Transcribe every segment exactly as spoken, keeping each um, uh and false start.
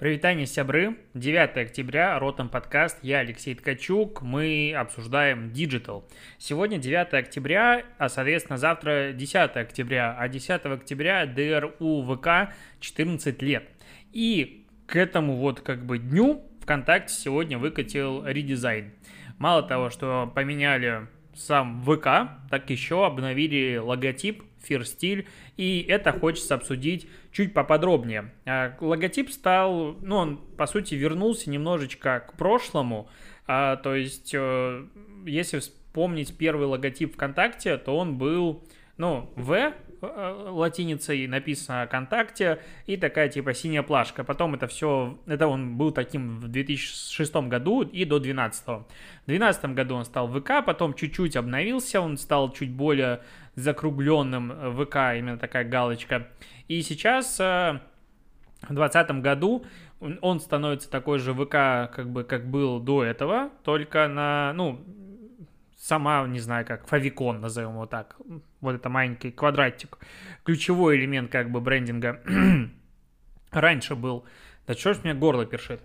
Привет, сябры! девятое октября, Ротом подкаст, я Алексей Ткачук, мы обсуждаем Digital. Сегодня девятое октября, а соответственно завтра десятое октября, а десятого октября ДРУ ВК четырнадцать лет. И к этому вот как бы дню ВКонтакте сегодня выкатил редизайн. Мало того, что поменяли сам ВК, так еще обновили логотип, фир-стиль, и это хочется обсудить чуть поподробнее. Логотип стал, ну, он, по сути, вернулся немножечко к прошлому, а, то есть, если вспомнить первый логотип ВКонтакте, то он был, ну, В, латиницей написано ВКонтакте, и такая типа синяя плашка. Потом это все, это он был таким в две тысячи шестом году и до две тысячи двенадцатого. В две тысячи двенадцатом году он стал ВК, потом чуть-чуть обновился, он стал чуть более закругленным ВК, именно такая галочка. И сейчас в двадцатом году он становится такой же ВК, как бы, как был до этого, только на, ну, сама, не знаю, как фавикон, назовем его так, вот это маленький квадратик, ключевой элемент как бы брендинга раньше был. Да что ж меня горло першит?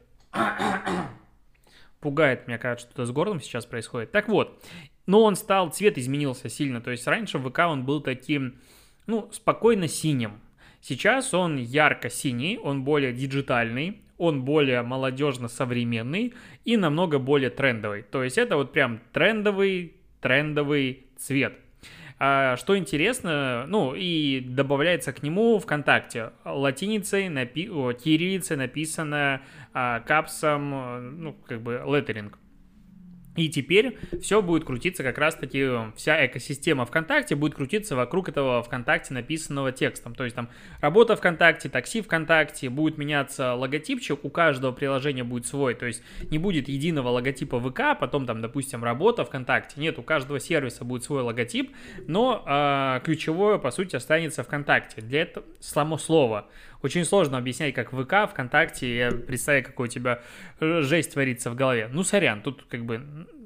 Пугает, мне кажется, что-то с горлом сейчас происходит. Так вот, но он стал, цвет изменился сильно, то есть раньше в ВК он был таким, ну, спокойно синим. Сейчас он ярко-синий, он более диджитальный, он более молодежно-современный и намного более трендовый. То есть это вот прям трендовый, трендовый цвет. А, что интересно, ну и добавляется к нему ВКонтакте латиницей, напи- о, кириллицей написано а, капсом, ну как бы леттеринг. И теперь все будет крутиться как раз-таки, вся экосистема ВКонтакте будет крутиться вокруг этого ВКонтакте написанного текстом. То есть там работа ВКонтакте, такси ВКонтакте, будет меняться логотипчик, у каждого приложения будет свой. То есть не будет единого логотипа ВК, потом там, допустим, работа ВКонтакте. Нет, у каждого сервиса будет свой логотип, но э, ключевое, по сути, останется ВКонтакте. Для этого само слово. Очень сложно объяснять, как ВК, ВКонтакте, я представляю, какой у тебя жесть творится в голове. Ну, сорян, тут как бы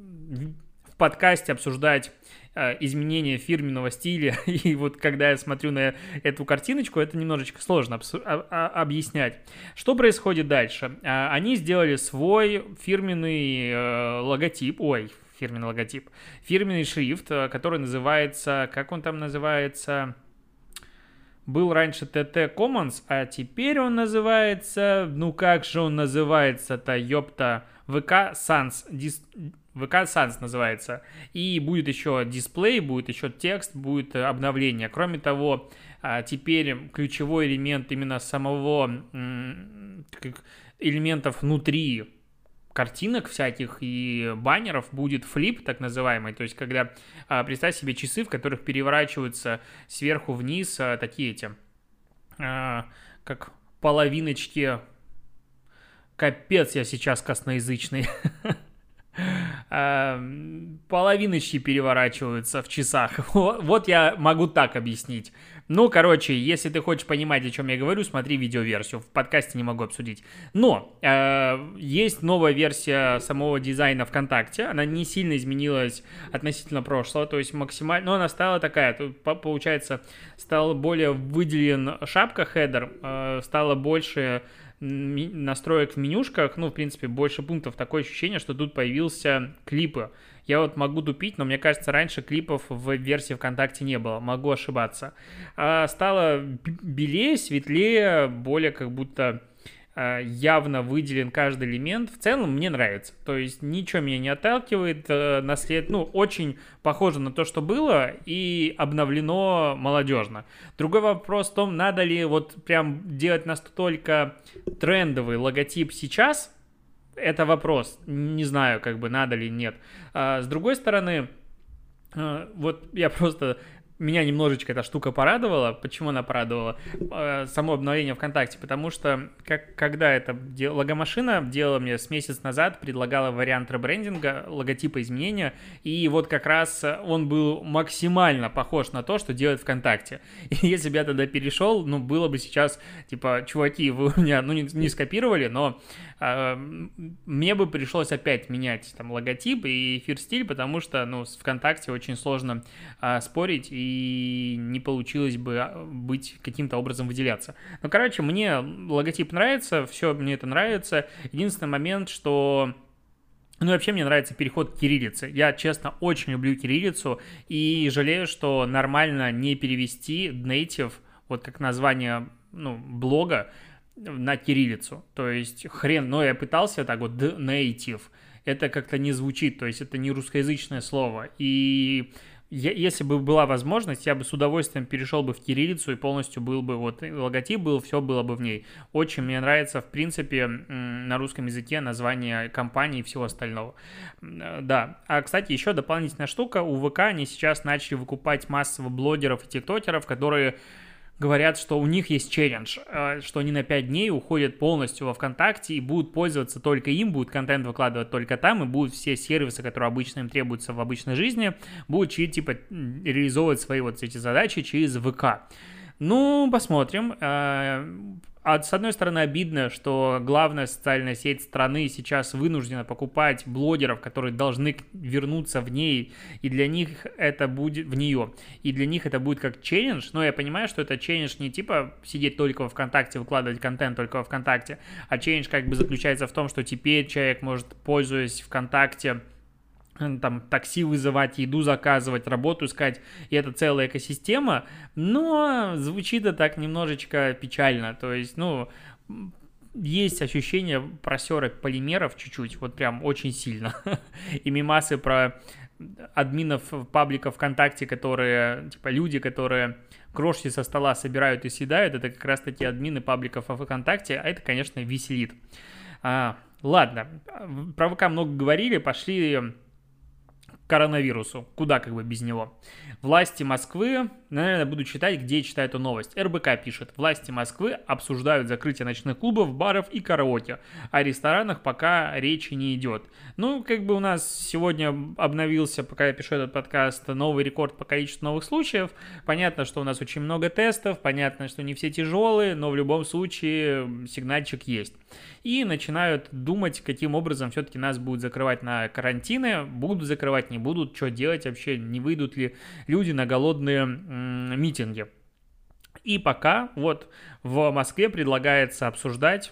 в подкасте обсуждать э, изменения фирменного стиля, и вот когда я смотрю на эту картиночку, это немножечко сложно обсу- а- а- объяснять. Что происходит дальше? А, они сделали свой фирменный э, логотип, ой, фирменный логотип, фирменный шрифт, который называется, как он там называется... Был раньше ти ти Commons, а теперь он называется... Ну как же он называется-то, ёпта? ВК Sans. Дис... ВК Sans называется. И будет еще дисплей, будет еще текст, будет обновление. Кроме того, теперь ключевой элемент именно самого... элементов внутри картинок всяких и баннеров будет флип, так называемый, то есть когда, представь себе часы, в которых переворачиваются сверху вниз такие эти, как половиночки, капец, я сейчас косноязычный, половиночки переворачиваются в часах, вот я могу так объяснить. Ну, короче, если ты хочешь понимать, о чем я говорю, смотри видеоверсию. В подкасте не могу обсудить. Но э, есть новая версия самого дизайна ВКонтакте. Она не сильно изменилась относительно прошлого. То есть максимально... Но она стала такая. Тут, получается, стал более выделен шапка, хедер. Э, стало больше настроек в менюшках. Ну, в принципе, больше пунктов. Такое ощущение, что тут появился клипы. Я вот могу тупить, но мне кажется, раньше клипов в версии ВКонтакте не было. Могу ошибаться. А стало белее, светлее, более как будто а, явно выделен каждый элемент. В целом мне нравится. То есть ничего меня не отталкивает. А, наслед... Ну, очень похоже на то, что было, и обновлено молодежно. Другой вопрос в том, надо ли вот прям делать настолько трендовый логотип сейчас. Это вопрос. Не знаю, как бы надо ли нет. А, с другой стороны, вот я просто... Меня немножечко эта штука порадовала. Почему она порадовала? Само обновление ВКонтакте. Потому что, как, когда эта дел... логомашина делала мне с месяц назад, предлагала вариант ребрендинга, логотипа изменения, и вот как раз он был максимально похож на то, что делает ВКонтакте. И если бы я тогда перешел, ну, было бы сейчас, типа, чуваки, вы у меня, ну, не, не скопировали, но э, мне бы пришлось опять менять там логотип и эфир-стиль, потому что, ну, с ВКонтакте очень сложно э, спорить, и и не получилось бы быть каким-то образом выделяться. Ну, короче, мне логотип нравится, все мне это нравится. Единственный момент, что... Ну, вообще мне нравится переход к кириллице. Я, честно, очень люблю кириллицу и жалею, что нормально не перевести native, вот как название, ну, блога, на кириллицу. То есть хрен, но я пытался так вот, native. Это как-то не звучит, то есть это не русскоязычное слово. И я, если бы была возможность, я бы с удовольствием перешел бы в кириллицу и полностью был бы, вот логотип был, все было бы в ней. Очень мне нравится, в принципе, на русском языке название компании и всего остального. Да, а, кстати, еще дополнительная штука, у ВК они сейчас начали выкупать массово блогеров и тиктокеров, которые... говорят, что у них есть челлендж, что они на пять дней уходят полностью во ВКонтакте и будут пользоваться только им, будут контент выкладывать только там, и будут все сервисы, которые обычно им требуются в обычной жизни, будут типа реализовывать свои вот эти задачи через ВК. Ну, посмотрим. А с одной стороны, обидно, что главная социальная сеть страны сейчас вынуждена покупать блогеров, которые должны вернуться в ней, и для них это будет в нее, и для них это будет как челлендж, но я понимаю, что это челлендж не типа сидеть только во ВКонтакте, выкладывать контент только во ВКонтакте, а челлендж как бы заключается в том, что теперь человек может, пользуясь ВКонтакте, там, такси вызывать, еду заказывать, работу искать, и это целая экосистема, но звучит это так немножечко печально, то есть, ну, есть ощущение просерок полимеров чуть-чуть, вот прям очень сильно, и мемасы про админов пабликов ВКонтакте, которые, типа, люди, которые крошки со стола собирают и съедают, это как раз-таки админы пабликов ВКонтакте, а это, конечно, веселит. А, ладно, про ВК много говорили, пошли... коронавирусу. Куда как бы без него? Власти Москвы, наверное, буду читать, где я читаю эту новость. эр бэ ка пишет. Власти Москвы обсуждают закрытие ночных клубов, баров и караоке. О ресторанах пока речи не идет. Ну, как бы у нас сегодня обновился, пока я пишу этот подкаст, новый рекорд по количеству новых случаев. Понятно, что у нас очень много тестов, понятно, что не все тяжелые, но в любом случае сигнальчик есть. И начинают думать, каким образом все-таки нас будут закрывать на карантины, будут закрывать, не будут, что делать вообще, не выйдут ли люди на голодные м- митинги. И пока вот в Москве предлагается обсуждать,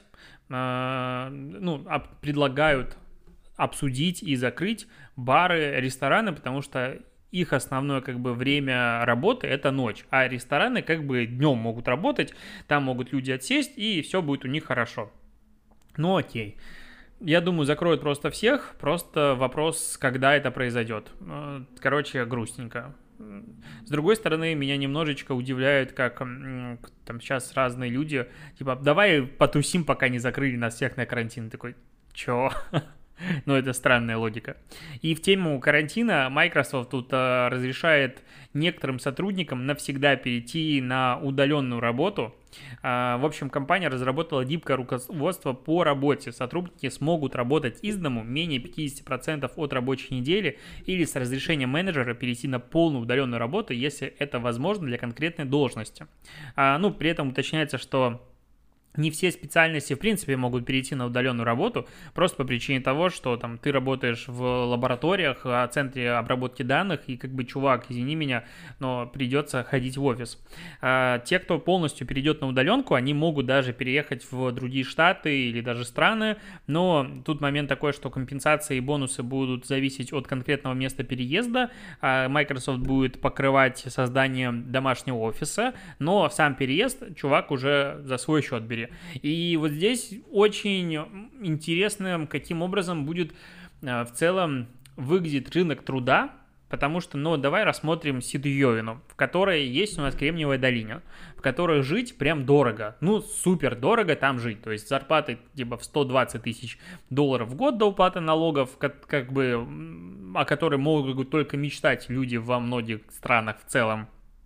э- ну, об- предлагают обсудить и закрыть бары, рестораны, потому что их основное как бы время работы – это ночь, а рестораны как бы днем могут работать, там могут люди отсесть, и все будет у них хорошо. Ну окей. Я думаю, закроют просто всех, просто вопрос, когда это произойдет. Короче, грустненько. С другой стороны, меня немножечко удивляет, как там сейчас разные люди, типа, давай потусим, пока не закрыли нас всех на карантин. Такой, чё? Ну, это странная логика. И в тему карантина Microsoft тут а, разрешает некоторым сотрудникам навсегда перейти на удаленную работу. А, в общем, компания разработала гибкое руководство по работе. Сотрудники смогут работать из дому менее пятьдесят процентов от рабочей недели или с разрешения менеджера перейти на полную удаленную работу, если это возможно для конкретной должности. А, ну, при этом уточняется, что не все специальности, в принципе, могут перейти на удаленную работу, просто по причине того, что там ты работаешь в лабораториях, в центре обработки данных, и как бы, чувак, извини меня, но придется ходить в офис. А те, кто полностью перейдет на удаленку, они могут даже переехать в другие штаты или даже страны, но тут момент такой, что компенсации и бонусы будут зависеть от конкретного места переезда, а Microsoft будет покрывать создание домашнего офиса, но сам переезд чувак уже за свой счет берет. И вот здесь очень интересно, каким образом будет в целом выглядит рынок труда, потому что, ну, давай рассмотрим Сидьевину, в которой есть у нас Кремниевая долина, в которой жить прям дорого, ну, супер дорого там жить, то есть зарплаты типа в сто двадцать тысяч долларов в год до уплаты налогов, как, как бы, о которой могут только мечтать люди во многих странах в целом.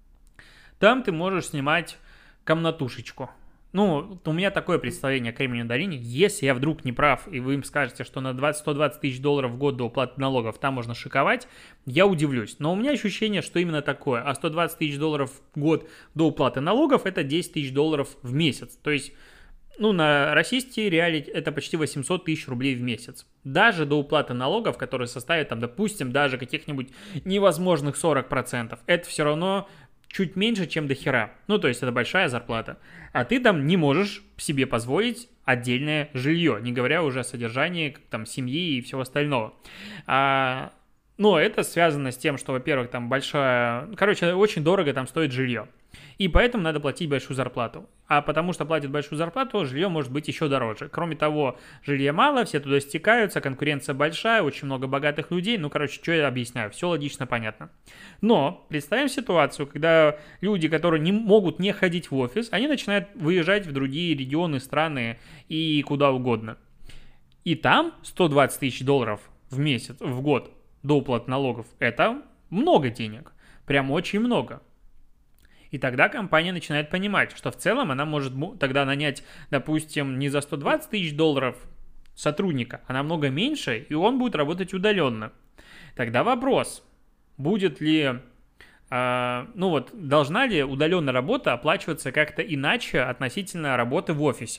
Там ты можешь снимать комнатушечку. Ну, у меня такое представление о Кремниевой долине. Если я вдруг не прав, и вы им скажете, что на двадцать, сто двадцать тысяч долларов в год до уплаты налогов там можно шиковать, я удивлюсь. Но у меня ощущение, что именно такое. А сто двадцать тысяч долларов в год до уплаты налогов – это десять тысяч долларов в месяц. То есть Ну, на российские реалии это почти восемьсот тысяч рублей в месяц. Даже до уплаты налогов, которые составят, там, допустим, даже каких-нибудь невозможных сорок процентов, это все равно чуть меньше, чем до хера. Ну, то есть это большая зарплата. А ты там не можешь себе позволить отдельное жилье, не говоря уже о содержании там, семьи и всего остального. А, но это связано с тем, что, во-первых, там большая... Короче, очень дорого там стоит жилье. И поэтому надо платить большую зарплату. А потому что платят большую зарплату, жилье может быть еще дороже. Кроме того, жилья мало, все туда стекаются, конкуренция большая, очень много богатых людей. Ну, короче, что я объясняю, все логично, понятно. Но представим ситуацию, когда люди, которые не могут не ходить в офис, они начинают выезжать в другие регионы, страны и куда угодно. И там сто двадцать тысяч долларов в месяц, в год до уплаты налогов, это много денег. Прям очень много. И тогда компания начинает понимать, что в целом она может тогда нанять, допустим, не за сто двадцать тысяч долларов сотрудника, а намного меньше, и он будет работать удаленно. Тогда вопрос, будет ли, э, ну вот, должна ли удаленная работа оплачиваться как-то иначе относительно работы в офисе?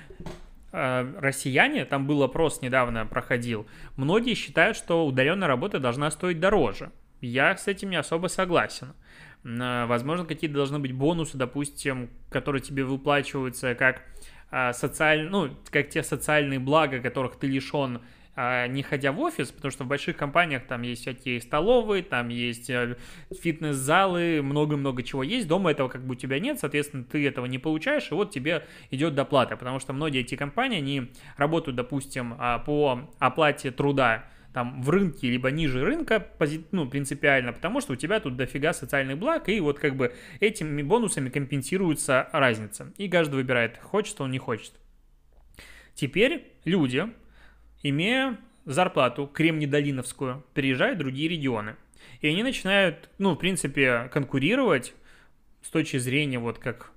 Э, россияне, там был опрос недавно проходил, многие считают, что удаленная работа должна стоить дороже. Я с этим не особо согласен. Возможно, какие-то должны быть бонусы, допустим, которые тебе выплачиваются как а, социаль... ну, как те социальные блага, которых ты лишен, а, не ходя в офис, потому что в больших компаниях там есть всякие столовые, там есть фитнес-залы, много-много чего есть. Дома этого как бы у тебя нет, соответственно, ты этого не получаешь, и вот тебе идет доплата, потому что многие эти компании, они работают, допустим, по оплате труда, там в рынке, либо ниже рынка, ну, принципиально, потому что у тебя тут дофига социальных благ, и вот как бы этими бонусами компенсируется разница. И каждый выбирает, хочет он, не хочет. Теперь люди, имея зарплату кремнедолиновскую, переезжают в другие регионы. И они начинают, ну, в принципе, конкурировать с точки зрения вот как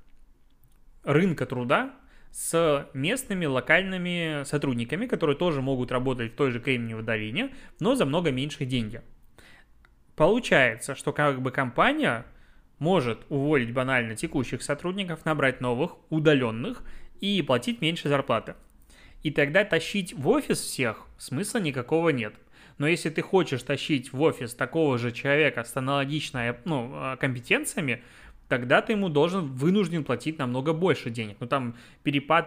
рынка труда с местными локальными сотрудниками, которые тоже могут работать в той же Кремниевой долине, но за много меньшие деньги. Получается, что как бы компания может уволить банально текущих сотрудников, набрать новых, удаленных и платить меньше зарплаты. И тогда тащить в офис всех смысла никакого нет. Но если ты хочешь тащить в офис такого же человека с аналогичными, ну, компетенциями, тогда ты ему должен, вынужден платить намного больше денег. Ну, там перепад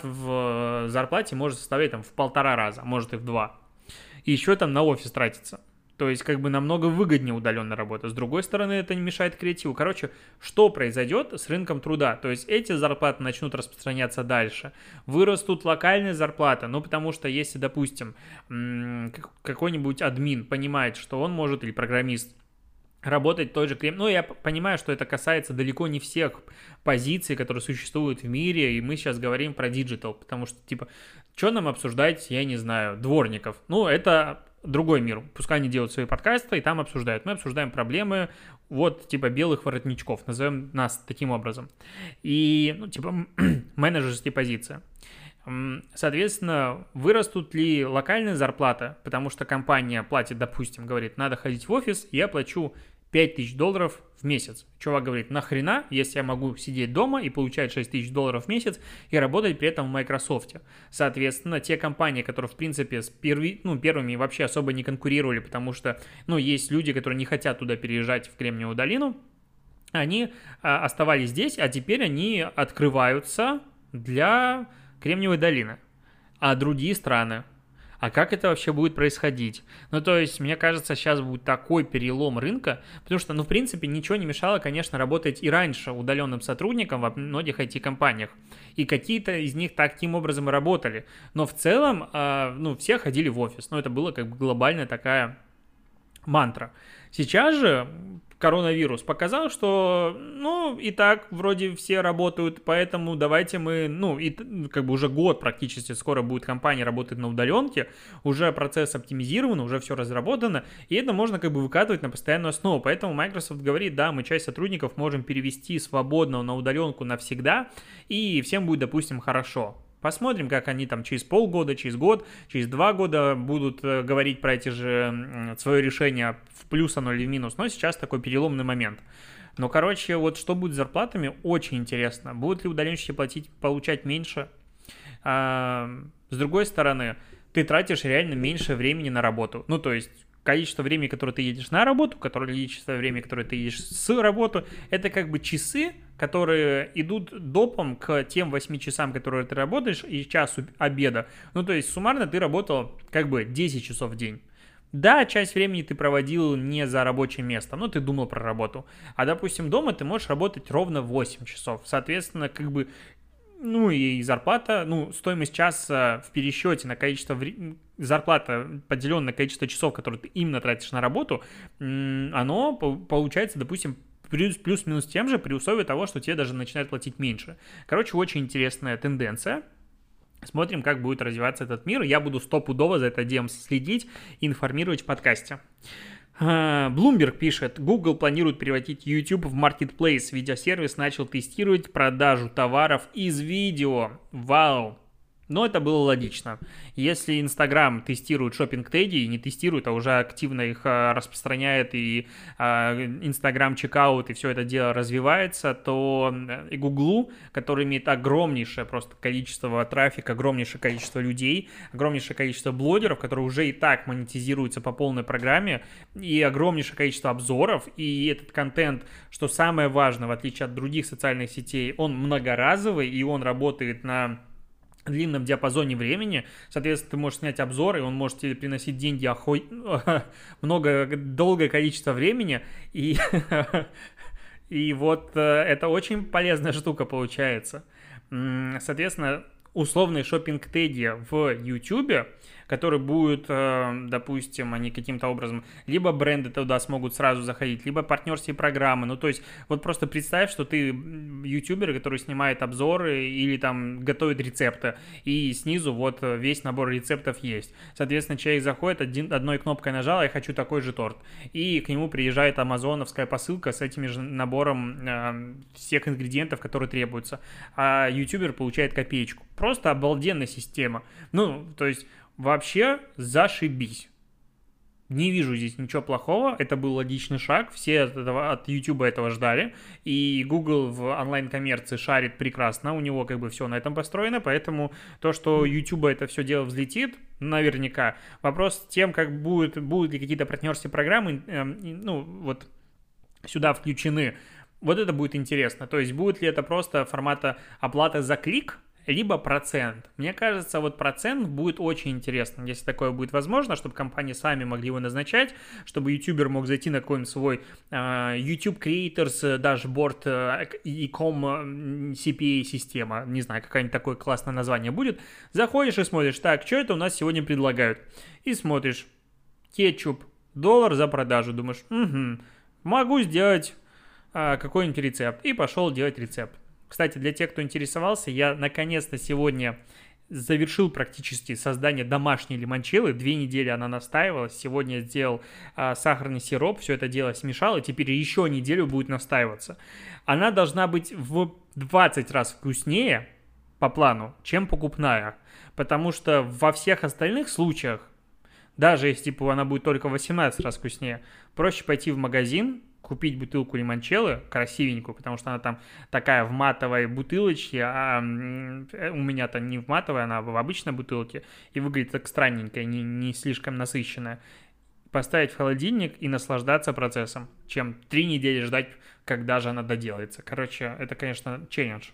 в зарплате может составлять там в полтора раза, может и в два. И еще там на офис тратится. То есть, как бы намного выгоднее удаленная работа. С другой стороны, это не мешает креативу. Короче, что произойдет с рынком труда? То есть, эти зарплаты начнут распространяться дальше. Вырастут локальные зарплаты. Ну, потому что если, допустим, какой-нибудь админ понимает, что он может, или программист, работать той же крем. Ну, я понимаю, что это касается далеко не всех позиций, которые существуют в мире, и мы сейчас говорим про диджитал, потому что, типа, что нам обсуждать, я не знаю, дворников? Ну, это другой мир. Пускай они делают свои подкасты и там обсуждают. Мы обсуждаем проблемы вот, типа, белых воротничков, назовем нас таким образом. И, ну, типа, менеджерские позиции. Соответственно, вырастут ли локальные зарплаты, потому что компания платит, допустим, говорит, надо ходить в офис, я плачу пять тысяч долларов в месяц. Чувак говорит, нахрена, если я могу сидеть дома и получать шесть тысяч долларов в месяц и работать при этом в Microsoft. Соответственно, те компании, которые, в принципе, с перви, ну, первыми вообще особо не конкурировали, потому что, ну, есть люди, которые не хотят туда переезжать в Кремниевую долину, они а, оставались здесь, а теперь они открываются для Кремниевой долины. А другие страны? А как это вообще будет происходить? Ну, то есть, мне кажется, сейчас будет такой перелом рынка, потому что, ну, в принципе, ничего не мешало, конечно, работать и раньше удаленным сотрудникам во многих ай ти-компаниях. И какие-то из них таким образом и работали. Но в целом, э, ну, все ходили в офис. Ну, это была как бы глобальная такая мантра. Сейчас же коронавирус показал, что, ну, и так вроде все работают, поэтому давайте мы, ну, и как бы уже год практически скоро будет компания работать на удаленке, уже процесс оптимизирован, уже все разработано, и это можно как бы выкатывать на постоянную основу, поэтому Microsoft говорит, да, мы часть сотрудников можем перевести свободно на удаленку навсегда, и всем будет, допустим, хорошо. Посмотрим, как они там через полгода, через год, через два года будут говорить про эти же свое решение, в плюс оно или в минус. Но сейчас такой переломный момент. Но, короче, вот что будет с зарплатами, очень интересно. Будут ли удаленщики платить, получать меньше? А, с другой стороны, ты тратишь реально меньше времени на работу. Ну, то есть количество времени, которое ты едешь на работу, количество времени, которое ты едешь с работы, это как бы часы, которые идут допом к тем восьми часам, которые ты работаешь, и часу обеда. Ну, то есть суммарно ты работал как бы десять часов в день. Да, часть времени ты проводил не за рабочим местом, но ты думал про работу. А, допустим, дома ты можешь работать ровно восемь часов. Соответственно, как бы, ну и зарплата, ну, стоимость часа в пересчете на количество времени, зарплата, поделенная на количество часов, которые ты именно тратишь на работу, оно получается, допустим, плюс-минус тем же, при условии того, что тебе даже начинают платить меньше. Короче, очень интересная тенденция. Смотрим, как будет развиваться этот мир. Я буду стопудово за это делом следить и информировать в подкасте. Bloomberg пишет, Google планирует превратить YouTube в Marketplace. Видеосервис начал тестировать продажу товаров из видео. Вау! Но это было логично. Если Instagram тестирует шоппинг-теги, и не тестирует, а уже активно их а, распространяет, и а, Instagram чекаут, и все это дело развивается, то и Google, который имеет огромнейшее просто количество трафика, огромнейшее количество людей, огромнейшее количество блогеров, которые уже и так монетизируются по полной программе, и огромнейшее количество обзоров, и этот контент, что самое важное, в отличие от других социальных сетей, он многоразовый, и он работает на длинном диапазоне времени, соответственно, ты можешь снять обзор, и он может тебе приносить деньги охой... много, долгое количество времени, и, и вот это очень полезная штука получается. Соответственно, условные шоппинг-теги в YouTube, которые будут, допустим, они каким-то образом, либо бренды туда смогут сразу заходить, либо партнерские программы. Ну, то есть, вот просто представь, что ты ютубер, который снимает обзоры или там готовит рецепты, и снизу вот весь набор рецептов есть. Соответственно, человек заходит, один, одной кнопкой нажал, я хочу такой же торт. И к нему приезжает амазоновская посылка с этим же набором э, всех ингредиентов, которые требуются. А ютубер получает копеечку. Просто обалденная система. Ну, то есть, вообще зашибись. Не вижу здесь ничего плохого, это был логичный шаг, все от, этого, от YouTube этого ждали, и Google в онлайн-коммерции шарит прекрасно, у него как бы все на этом построено, поэтому то, что YouTube это все дело взлетит, наверняка. Вопрос с тем, как будет, будут ли какие-то партнерские программы, э, ну, вот сюда включены, вот это будет интересно, то есть будет ли это просто формата оплата за клик, либо процент. Мне кажется, вот процент будет очень интересным, если такое будет возможно, чтобы компании сами могли его назначать, чтобы ютубер мог зайти на какой-нибудь свой uh, YouTube Creators Dashboard uh, e-com си пи эй-система, не знаю, какое-нибудь такое классное название будет, заходишь и смотришь, так, что это у нас сегодня предлагают, и смотришь, кетчуп, доллар за продажу, думаешь, угу, могу сделать uh, какой-нибудь рецепт, и пошел делать рецепт. Кстати, для тех, кто интересовался, я наконец-то сегодня завершил практически создание домашней лимончеллы. Две недели она настаивалась. Сегодня я сделал а, сахарный сироп, все это дело смешал, и теперь еще неделю будет настаиваться. Она должна быть в двадцать раз вкуснее по плану, чем покупная. Потому что во всех остальных случаях, даже если типа, она будет только восемнадцать раз вкуснее, проще пойти в магазин, купить бутылку лимончеллы красивенькую, потому что она там такая в матовой бутылочке, а у меня-то не в матовой, она в обычной бутылке, и выглядит так странненькая, не, не слишком насыщенная. Поставить в холодильник и наслаждаться процессом, чем три недели ждать, когда же она доделается. Короче, это, конечно, челлендж.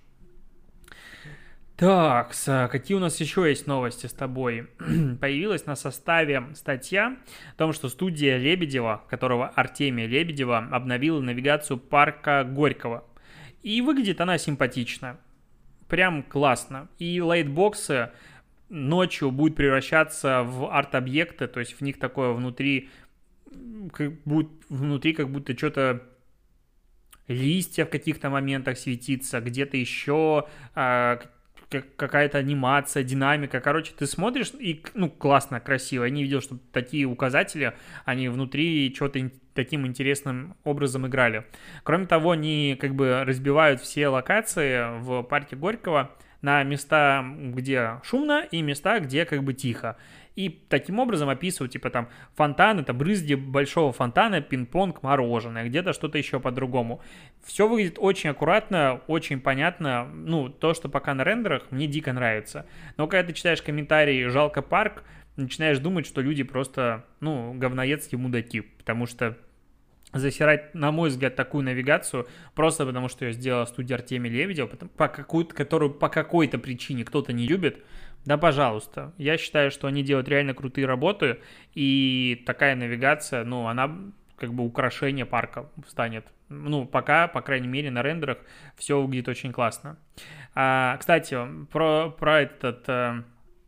Так, какие у нас еще есть новости с тобой? Появилась на составе статья о том, что студия Лебедева, которого Артемия Лебедева, обновила навигацию парка Горького. И выглядит она симпатично. Прям классно. И лайтбоксы ночью будут превращаться в арт-объекты, то есть в них такое внутри, как будет, внутри как будто что-то листья в каких-то моментах светится, где-то еще какая-то анимация, динамика. Короче, ты смотришь, и, ну, классно, красиво. Я не видел, что такие указатели, они внутри что-то таким интересным образом играли. Кроме того, они как бы разбивают все локации в парке Горького на места, где шумно, и места, где как бы тихо. И таким образом описывают, типа там фонтан, это брызги большого фонтана, пинг-понг, мороженое, где-то что-то еще по-другому. Все выглядит очень аккуратно, очень понятно. Ну, то, что пока на рендерах, мне дико нравится. Но когда ты читаешь комментарии «жалко парк», начинаешь думать, что люди просто, ну, говноедские мудаки, потому что засирать, на мой взгляд, такую навигацию просто потому, что ее сделала студия Артемий Лебедев, по какую-то, которую по какой-то причине кто-то не любит, да, пожалуйста. Я считаю, что они делают реально крутые работы, и такая навигация, ну, она как бы украшение парка станет. Ну, пока, по крайней мере, на рендерах все выглядит очень классно. А, кстати, про, про этот, а,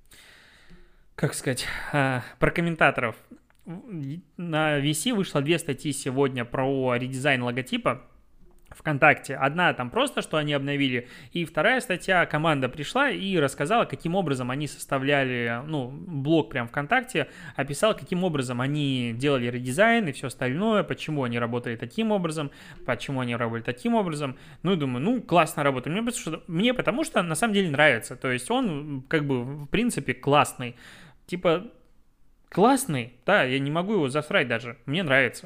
как сказать, а, про комментаторов. На ви си вышло две статьи сегодня про редизайн логотипа ВКонтакте. Одна там просто, что они обновили, и вторая статья, команда пришла и рассказала, каким образом они составляли, ну, блог прям ВКонтакте, описал, каким образом они делали редизайн и все остальное, почему они работали таким образом, почему они работали таким образом. Ну, и думаю, ну, классно работает. Мне, мне потому что на самом деле нравится. То есть он, как бы, в принципе, классный. Типа, классный, да, я не могу его засрать даже, мне нравится.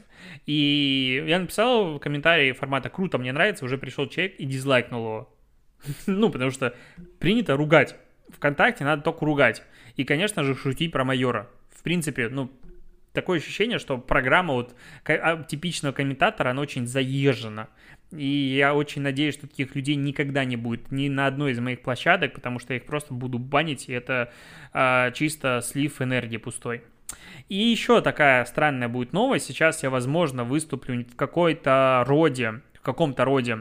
И я написал в комментарии формата «круто, мне нравится», уже пришел человек и дизлайкнул его. Ну, потому что принято ругать. ВКонтакте надо только ругать. И, конечно же, шутить про майора. В принципе, ну, такое ощущение, что программа вот типичного комментатора, она очень заезжена. И я очень надеюсь, что таких людей никогда не будет ни на одной из моих площадок, потому что я их просто буду банить, и это а, чисто слив энергии пустой. И еще такая странная будет новость. Сейчас я, возможно, выступлю в какой-то роде, в каком-то роде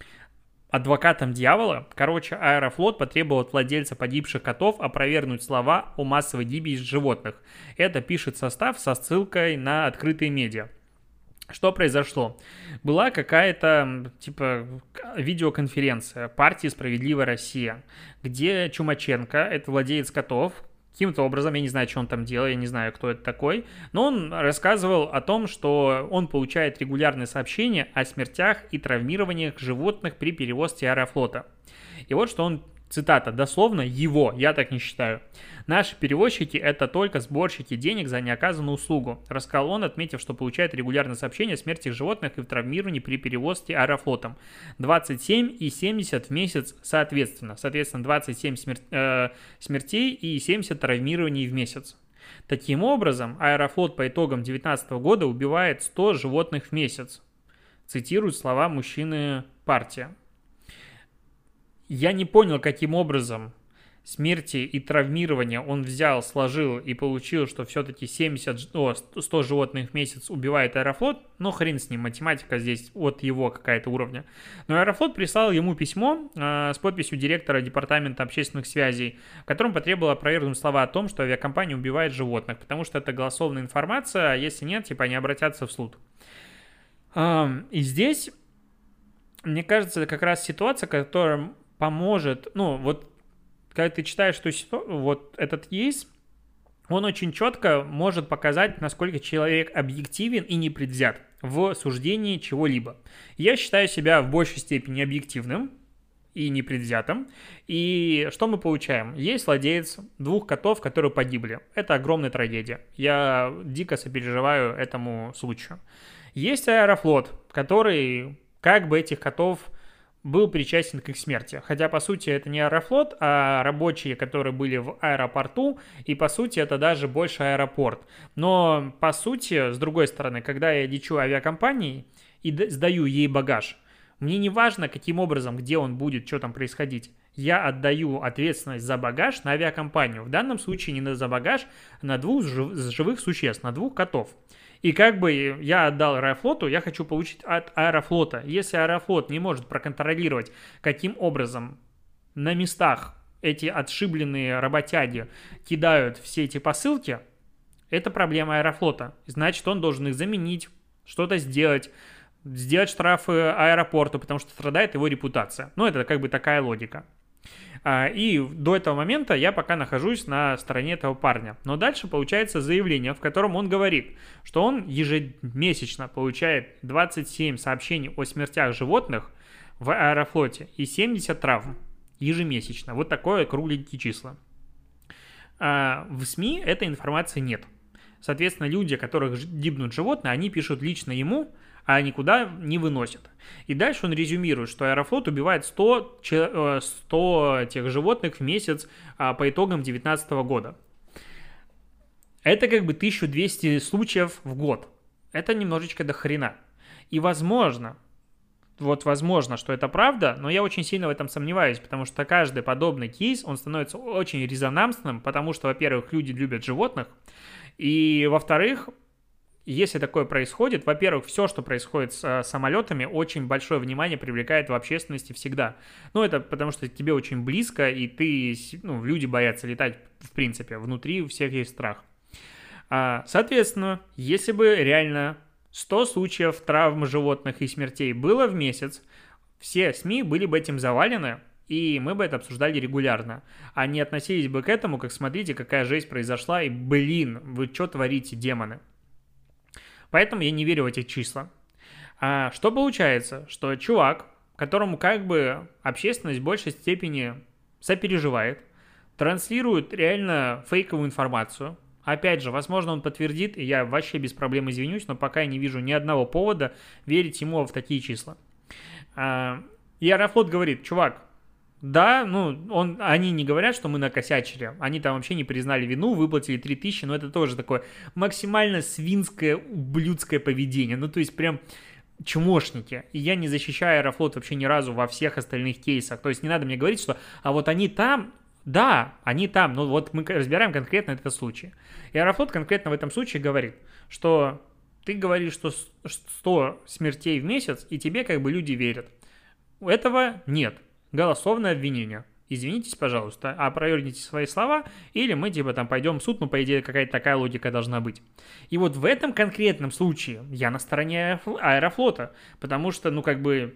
адвокатом дьявола. Короче, Аэрофлот потребовал от владельца погибших котов опровергнуть слова о массовой гибели животных. Это пишет состав со ссылкой на открытые медиа. Что произошло? Была какая-то, типа, видеоконференция партии «Справедливая Россия», где Чумаченко, это владелец котов, каким-то образом, я не знаю, что он там делал, я не знаю, кто это такой, но он рассказывал о том, что он получает регулярные сообщения о смертях и травмированиях животных при перевозке Аэрофлота. И вот что он, цитата, дословно его, я так не считаю. «Наши перевозчики – это только сборщики денег за неоказанную услугу», рассказал он, отметив, что получает регулярные сообщения о смерти животных и травмировании при перевозке Аэрофлотом. двадцать семь и семьдесят в месяц соответственно. Соответственно, двадцать семь смер... э, смертей и семьдесят травмирований в месяц. Таким образом, Аэрофлот по итогам две тысячи девятнадцатого года убивает сто животных в месяц. Цитируют слова мужчины партия. Я не понял, каким образом смерти и травмирования он взял, сложил и получил, что все-таки семьдесят, о, сто животных в месяц убивает Аэрофлот. Ну, хрен с ним, математика здесь от его какая-то уровня. Но Аэрофлот прислал ему письмо э, с подписью директора департамента общественных связей, в котором потребовал опровергнуть слова о том, что авиакомпания убивает животных, потому что это голословная информация, а если нет, типа они обратятся в суд. Э, и здесь, мне кажется, это как раз ситуация, которая поможет, ну, вот когда ты читаешь, что вот этот кейс, он очень четко может показать, насколько человек объективен и непредвзят в суждении чего-либо. Я считаю себя в большей степени объективным и непредвзятым. И что мы получаем? Есть владелец двух котов, которые погибли. Это огромная трагедия. Я дико сопереживаю этому случаю. Есть Аэрофлот, который как бы этих котов был причастен к их смерти. Хотя, по сути, это не Аэрофлот, а рабочие, которые были в аэропорту, и, по сути, это даже больше аэропорт. Но, по сути, с другой стороны, когда я лечу авиакомпанией и сдаю ей багаж, мне не важно, каким образом, где он будет, что там происходить. Я отдаю ответственность за багаж на авиакомпанию. В данном случае не за багаж, а на двух живых существ, на двух котов. И как бы я отдал Аэрофлоту, я хочу получить от Аэрофлота. Если Аэрофлот не может проконтролировать, каким образом на местах эти отшибленные работяги кидают все эти посылки, это проблема Аэрофлота. Значит, он должен их заменить, что-то сделать, сделать штрафы аэропорту, потому что страдает его репутация. Ну, это как бы такая логика. И до этого момента я пока нахожусь на стороне этого парня. Но дальше получается заявление, в котором он говорит, что он ежемесячно получает двадцать семь сообщений о смертях животных в Аэрофлоте и семьдесят травм. ежемесячно. Вот такое кругленькие числа. А в СМИ этой информации нет. Соответственно, люди, которых гибнут животные, они пишут лично ему, а никуда не выносят. И дальше он резюмирует, что Аэрофлот убивает сто, сто тех животных в месяц по итогам две тысячи девятнадцатого года. Это как бы тысяча двести случаев в год. Это немножечко до хрена. И возможно, вот возможно, что это правда, но я очень сильно в этом сомневаюсь, потому что каждый подобный кейс, он становится очень резонансным, потому что, во-первых, люди любят животных, и, во-вторых, если такое происходит, во-первых, все, что происходит с самолетами, очень большое внимание привлекает в общественности всегда. Ну, это потому что тебе очень близко, и ты, ну, люди боятся летать, в принципе, внутри у всех есть страх. Соответственно, если бы реально сто случаев травм животных и смертей было в месяц, все СМИ были бы этим завалены, и мы бы это обсуждали регулярно, а не относились бы к этому, как смотрите, какая жесть произошла, и блин, вы что творите, демоны? Поэтому я не верю в эти числа. А что получается? Что чувак, которому как бы общественность в большей степени сопереживает, транслирует реально фейковую информацию. Опять же, возможно, он подтвердит, и я вообще без проблем извинюсь, но пока я не вижу ни одного повода верить ему в такие числа. И Аэрофлот говорит, чувак, да, ну, он, они не говорят, что мы накосячили, они там вообще не признали вину, выплатили три тысячи, но это тоже такое максимально свинское, ублюдское поведение, ну, то есть прям чмошники, и я не защищаю Аэрофлот вообще ни разу во всех остальных кейсах, то есть не надо мне говорить, что, а вот они там, да, они там, но вот мы разбираем конкретно этот случай, и Аэрофлот конкретно в этом случае говорит, что ты говоришь, что сто смертей в месяц, и тебе как бы люди верят, этого нет. Голословное обвинение. Извинитесь, пожалуйста, опровергните свои слова, или мы типа там пойдем в суд, ну, по идее, какая-то такая логика должна быть. И вот в этом конкретном случае я на стороне Аэрофлота, потому что, ну, как бы,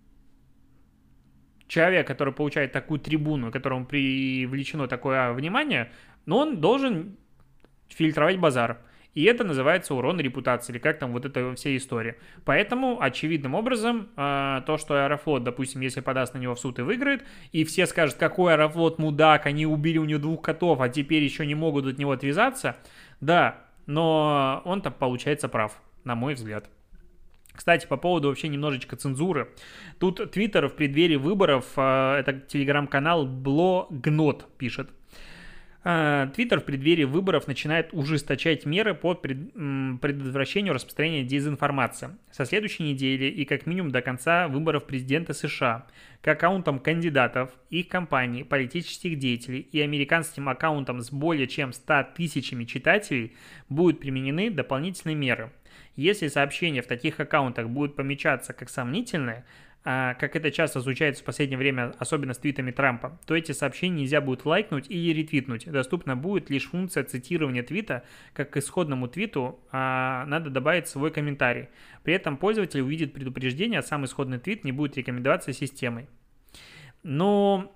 человек, который получает такую трибуну, которому привлечено такое внимание, ну, он должен фильтровать базар. И это называется урон репутации, или как там вот эта вся история. Поэтому, очевидным образом, то, что Аэрофлот, допустим, если подаст на него в суд и выиграет, и все скажут, какой Аэрофлот мудак, они убили у него двух котов, а теперь еще не могут от него отвязаться, да, но он-то, получается, прав, на мой взгляд. Кстати, по поводу вообще немножечко цензуры. Тут Твиттер в преддверии выборов, это телеграм-канал Блогнот пишет. Твиттер в преддверии выборов начинает ужесточать меры по предотвращению распространения дезинформации со следующей недели и как минимум до конца выборов президента США. К аккаунтам кандидатов, их компаний, политических деятелей и американским аккаунтам с более чем ста тысячами читателей будут применены дополнительные меры. Если сообщения в таких аккаунтах будут помечаться как сомнительные, как это часто случается в последнее время, особенно с твитами Трампа, то эти сообщения нельзя будет лайкнуть или ретвитнуть. Доступна будет лишь функция цитирования твита, как к исходному твиту а надо добавить свой комментарий. При этом пользователь увидит предупреждение, а сам исходный твит не будет рекомендоваться системой. Ну,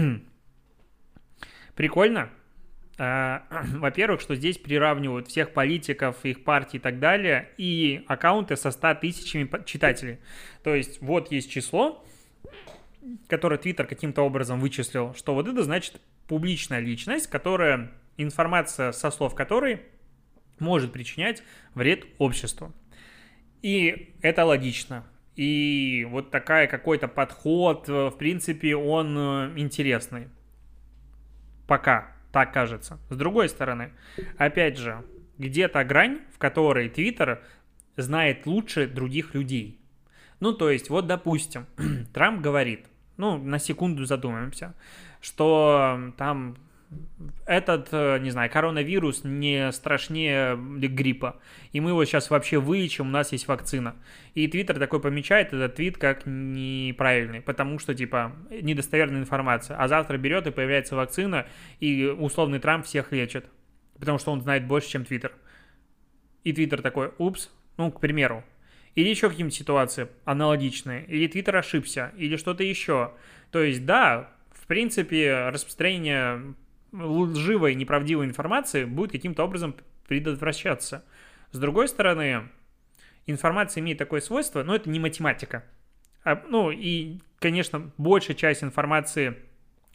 прикольно. Во-первых, что здесь приравнивают всех политиков, их партий и так далее, и аккаунты со ста тысячами читателей. То есть вот есть число, которое Twitter каким-то образом вычислил, что вот это значит публичная личность, которая, информация со слов которой может причинять вред обществу. И это логично. И вот такая какой-то подход, в принципе, он интересный. Пока. Так кажется. С другой стороны, опять же, где-то грань, в которой Твиттер знает лучше других людей. Ну, то есть, вот, допустим, Трамп говорит, ну, на секунду задумаемся, что там этот, не знаю, коронавирус не страшнее гриппа, и мы его сейчас вообще вылечим, у нас есть вакцина. И Твиттер такой помечает этот твит как неправильный, потому что, типа, недостоверная информация. А завтра берет и появляется вакцина, и условный Трамп всех лечит, потому что он знает больше, чем Твиттер. И Твиттер такой, упс, ну, к примеру. Или еще какие-нибудь ситуации аналогичные, или Твиттер ошибся, или что-то еще. То есть, да, в принципе, распространение лживой, неправдивой информации будет каким-то образом предотвращаться. С другой стороны, информация имеет такое свойство, но это не математика. А, ну и, конечно, большая часть информации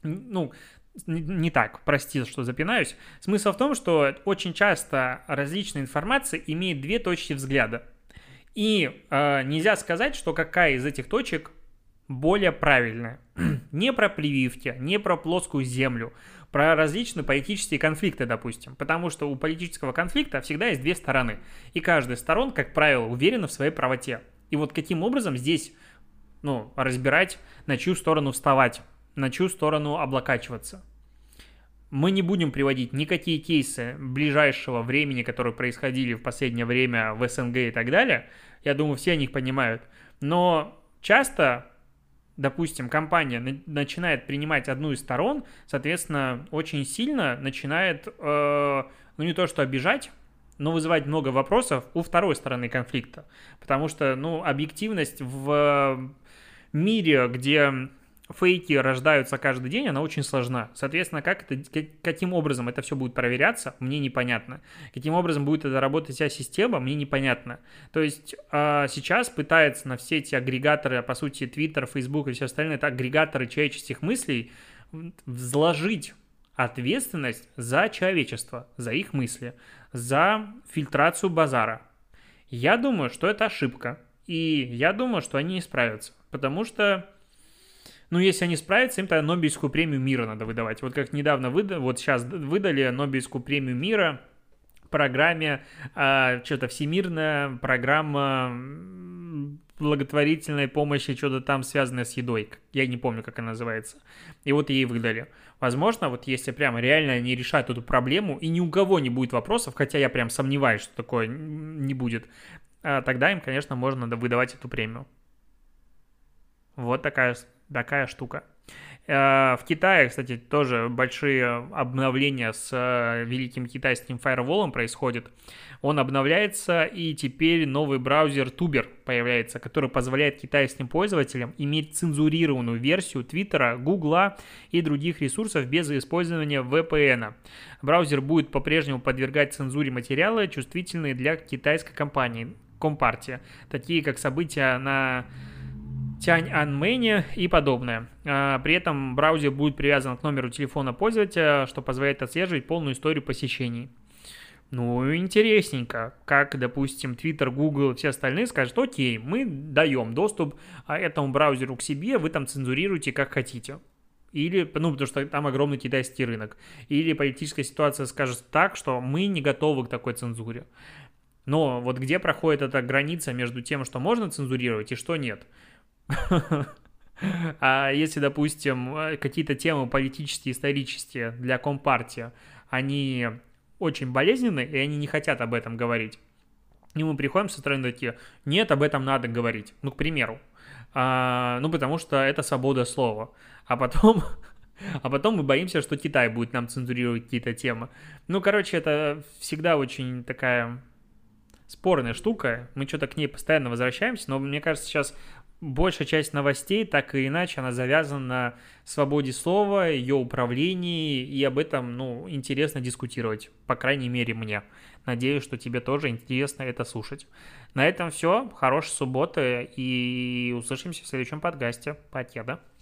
Ну, не так, прости, что запинаюсь. Смысл в том, что очень часто различная информация имеет две точки взгляда. И э, нельзя сказать, что какая из этих точек более правильная. Не про прививки, не про плоскую землю, про различные политические конфликты, допустим. Потому что у политического конфликта всегда есть две стороны. И каждая из сторон, как правило, уверена в своей правоте. И вот каким образом здесь, ну, разбирать, на чью сторону вставать, на чью сторону облокачиваться. Мы не будем приводить никакие кейсы ближайшего времени, которые происходили в последнее время в СНГ и так далее. Я думаю, все о них понимают. Но часто, допустим, компания начинает принимать одну из сторон, соответственно, очень сильно начинает, э, ну не то что обижать, но вызывать много вопросов у второй стороны конфликта. Потому что, ну, объективность в мире, где фейки рождаются каждый день, она очень сложна. Соответственно, как это, каким образом это все будет проверяться, мне непонятно. Каким образом будет это работать вся система, мне непонятно. То есть э, сейчас пытаются на все эти агрегаторы, по сути, Twitter, Facebook и все остальные, это агрегаторы человеческих мыслей, взложить ответственность за человечество, за их мысли, за фильтрацию базара. Я думаю, что это ошибка. И я думаю, что они не справятся. Потому что, ну, если они справятся, им тогда Нобелевскую премию мира надо выдавать. Вот как недавно выдали, вот сейчас выдали Нобелевскую премию мира программе, э, что-то всемирная программа благотворительной помощи, что-то там связанное с едой. Я не помню, как она называется. И вот ей выдали. Возможно, вот если прямо реально они решают эту проблему, и ни у кого не будет вопросов, хотя я прям сомневаюсь, что такое не будет, тогда им, конечно, можно выдавать эту премию. Вот такая, такая штука. В Китае, кстати, тоже большие обновления с великим китайским фаерволом происходят. Он обновляется, и теперь новый браузер Tuber появляется, который позволяет китайским пользователям иметь цензурированную версию Твиттера, Гугла и других ресурсов без использования ви пи эн. Браузер будет по-прежнему подвергать цензуре материалы, чувствительные для китайской компании Компартия, такие как события на Тяньаньмэне и подобное. При этом браузер будет привязан к номеру телефона пользователя, что позволяет отслеживать полную историю посещений. Ну, интересненько. Как, допустим, Twitter, Google и все остальные скажут: окей, мы даем доступ этому браузеру к себе, вы там цензурируете как хотите. Или, ну, потому что там огромный китайский рынок. Или политическая ситуация скажет так, что мы не готовы к такой цензуре. Но вот где проходит эта граница между тем, что можно цензурировать и что нет? А если, допустим, какие-то темы политические, исторические для Компартии, они очень болезненны, и они не хотят об этом говорить, и мы приходим со стороны такие: нет, об этом надо говорить. Ну, к примеру. А, ну, потому что это свобода слова. А потом... А потом мы боимся, что Китай будет нам цензурировать какие-то темы. Ну, короче, это всегда очень такая спорная штука. Мы что-то к ней постоянно возвращаемся, но мне кажется, сейчас большая часть новостей, так или иначе, она завязана на свободе слова, ее управлении, и об этом, ну, интересно дискутировать, по крайней мере, мне. Надеюсь, что тебе тоже интересно это слушать. На этом все. Хорошей субботы, и услышимся в следующем подкасте. Покеда.